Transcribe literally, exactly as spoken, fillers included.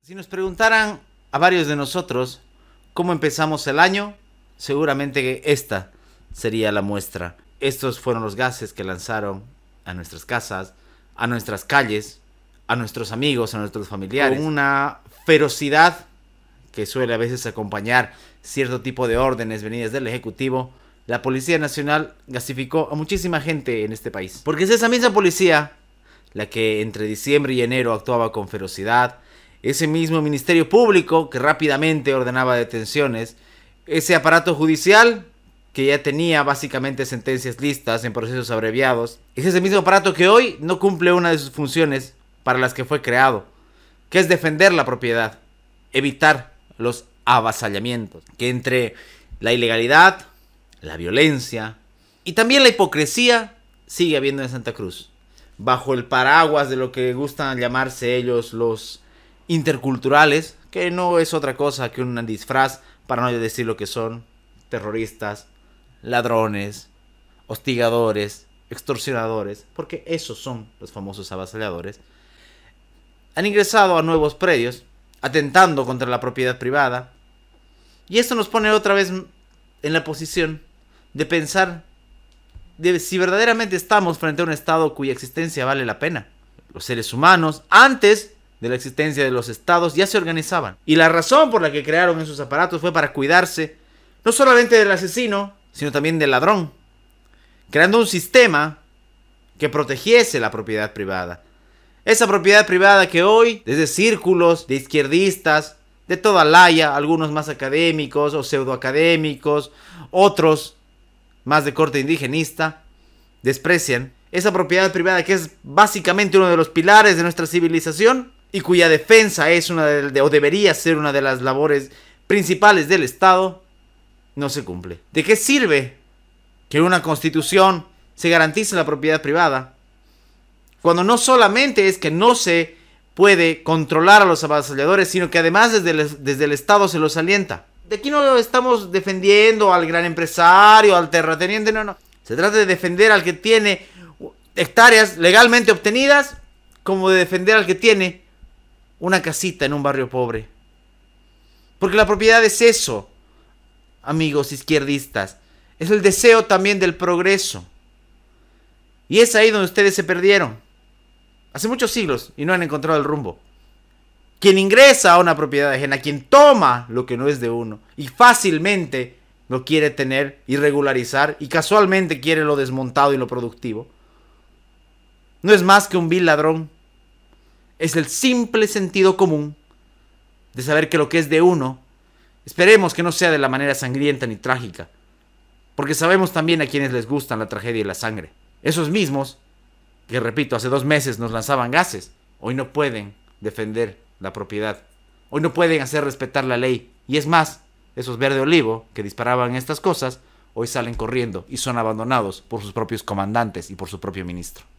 Si nos preguntaran a varios de nosotros cómo empezamos el año, seguramente que esta sería la muestra. Estos fueron los gases que lanzaron a nuestras casas, a nuestras calles, a nuestros amigos, a nuestros familiares, con una ferocidad que suele a veces acompañar cierto tipo de órdenes venidas del Ejecutivo. La Policía Nacional gasificó a muchísima gente en este país, porque es esa misma policía la que entre diciembre y enero actuaba con ferocidad, ese mismo Ministerio Público que rápidamente ordenaba detenciones, ese aparato judicial que ya tenía básicamente sentencias listas en procesos abreviados, es ese mismo aparato que hoy no cumple una de sus funciones para las que fue creado, que es defender la propiedad, evitar los avasallamientos, que entre la ilegalidad, la violencia y también la hipocresía sigue habiendo en Santa Cruz, bajo el paraguas de lo que gustan llamarse ellos los interculturales, que no es otra cosa que un disfraz para no decir lo que son: terroristas, ladrones, hostigadores, extorsionadores, porque esos son los famosos avasalladores. Han ingresado a nuevos predios, atentando contra la propiedad privada, y esto nos pone otra vez en la posición de pensar de si verdaderamente estamos frente a un estado cuya existencia vale la pena. Los seres humanos, antes de la existencia de los estados, ya se organizaban, y la razón por la que crearon esos aparatos fue para cuidarse no solamente del asesino, sino también del ladrón, creando un sistema que protegiese la propiedad privada. Esa propiedad privada que hoy, desde círculos de izquierdistas, de toda laya, algunos más académicos o pseudoacadémicos, otros más de corte indigenista, desprecian. Esa propiedad privada que es básicamente uno de los pilares de nuestra civilización y cuya defensa es una de, o debería ser una de las labores principales del Estado, no se cumple. ¿De qué sirve que en una constitución se garantice la propiedad privada cuando no solamente es que no se puede controlar a los avasalladores, sino que además desde el, desde el Estado se los alienta? De aquí no estamos defendiendo al gran empresario, al terrateniente, no, no. Se trata de defender al que tiene hectáreas legalmente obtenidas, como de defender al que tiene una casita en un barrio pobre. Porque la propiedad es eso, amigos izquierdistas. Es el deseo también del progreso. Y es ahí donde ustedes se perdieron hace muchos siglos y no han encontrado el rumbo. Quien ingresa a una propiedad ajena, quien toma lo que no es de uno y fácilmente lo quiere tener y regularizar, y casualmente quiere lo desmontado y lo productivo, no es más que un vil ladrón. Es el simple sentido común de saber que lo que es de uno, esperemos que no sea de la manera sangrienta ni trágica, porque sabemos también a quienes les gustan la tragedia y la sangre. Esos mismos que, repito, hace dos meses nos lanzaban gases, hoy no pueden defender la propiedad, hoy no pueden hacer respetar la ley, y es más, esos verde olivo que disparaban estas cosas hoy salen corriendo y son abandonados por sus propios comandantes y por su propio ministro.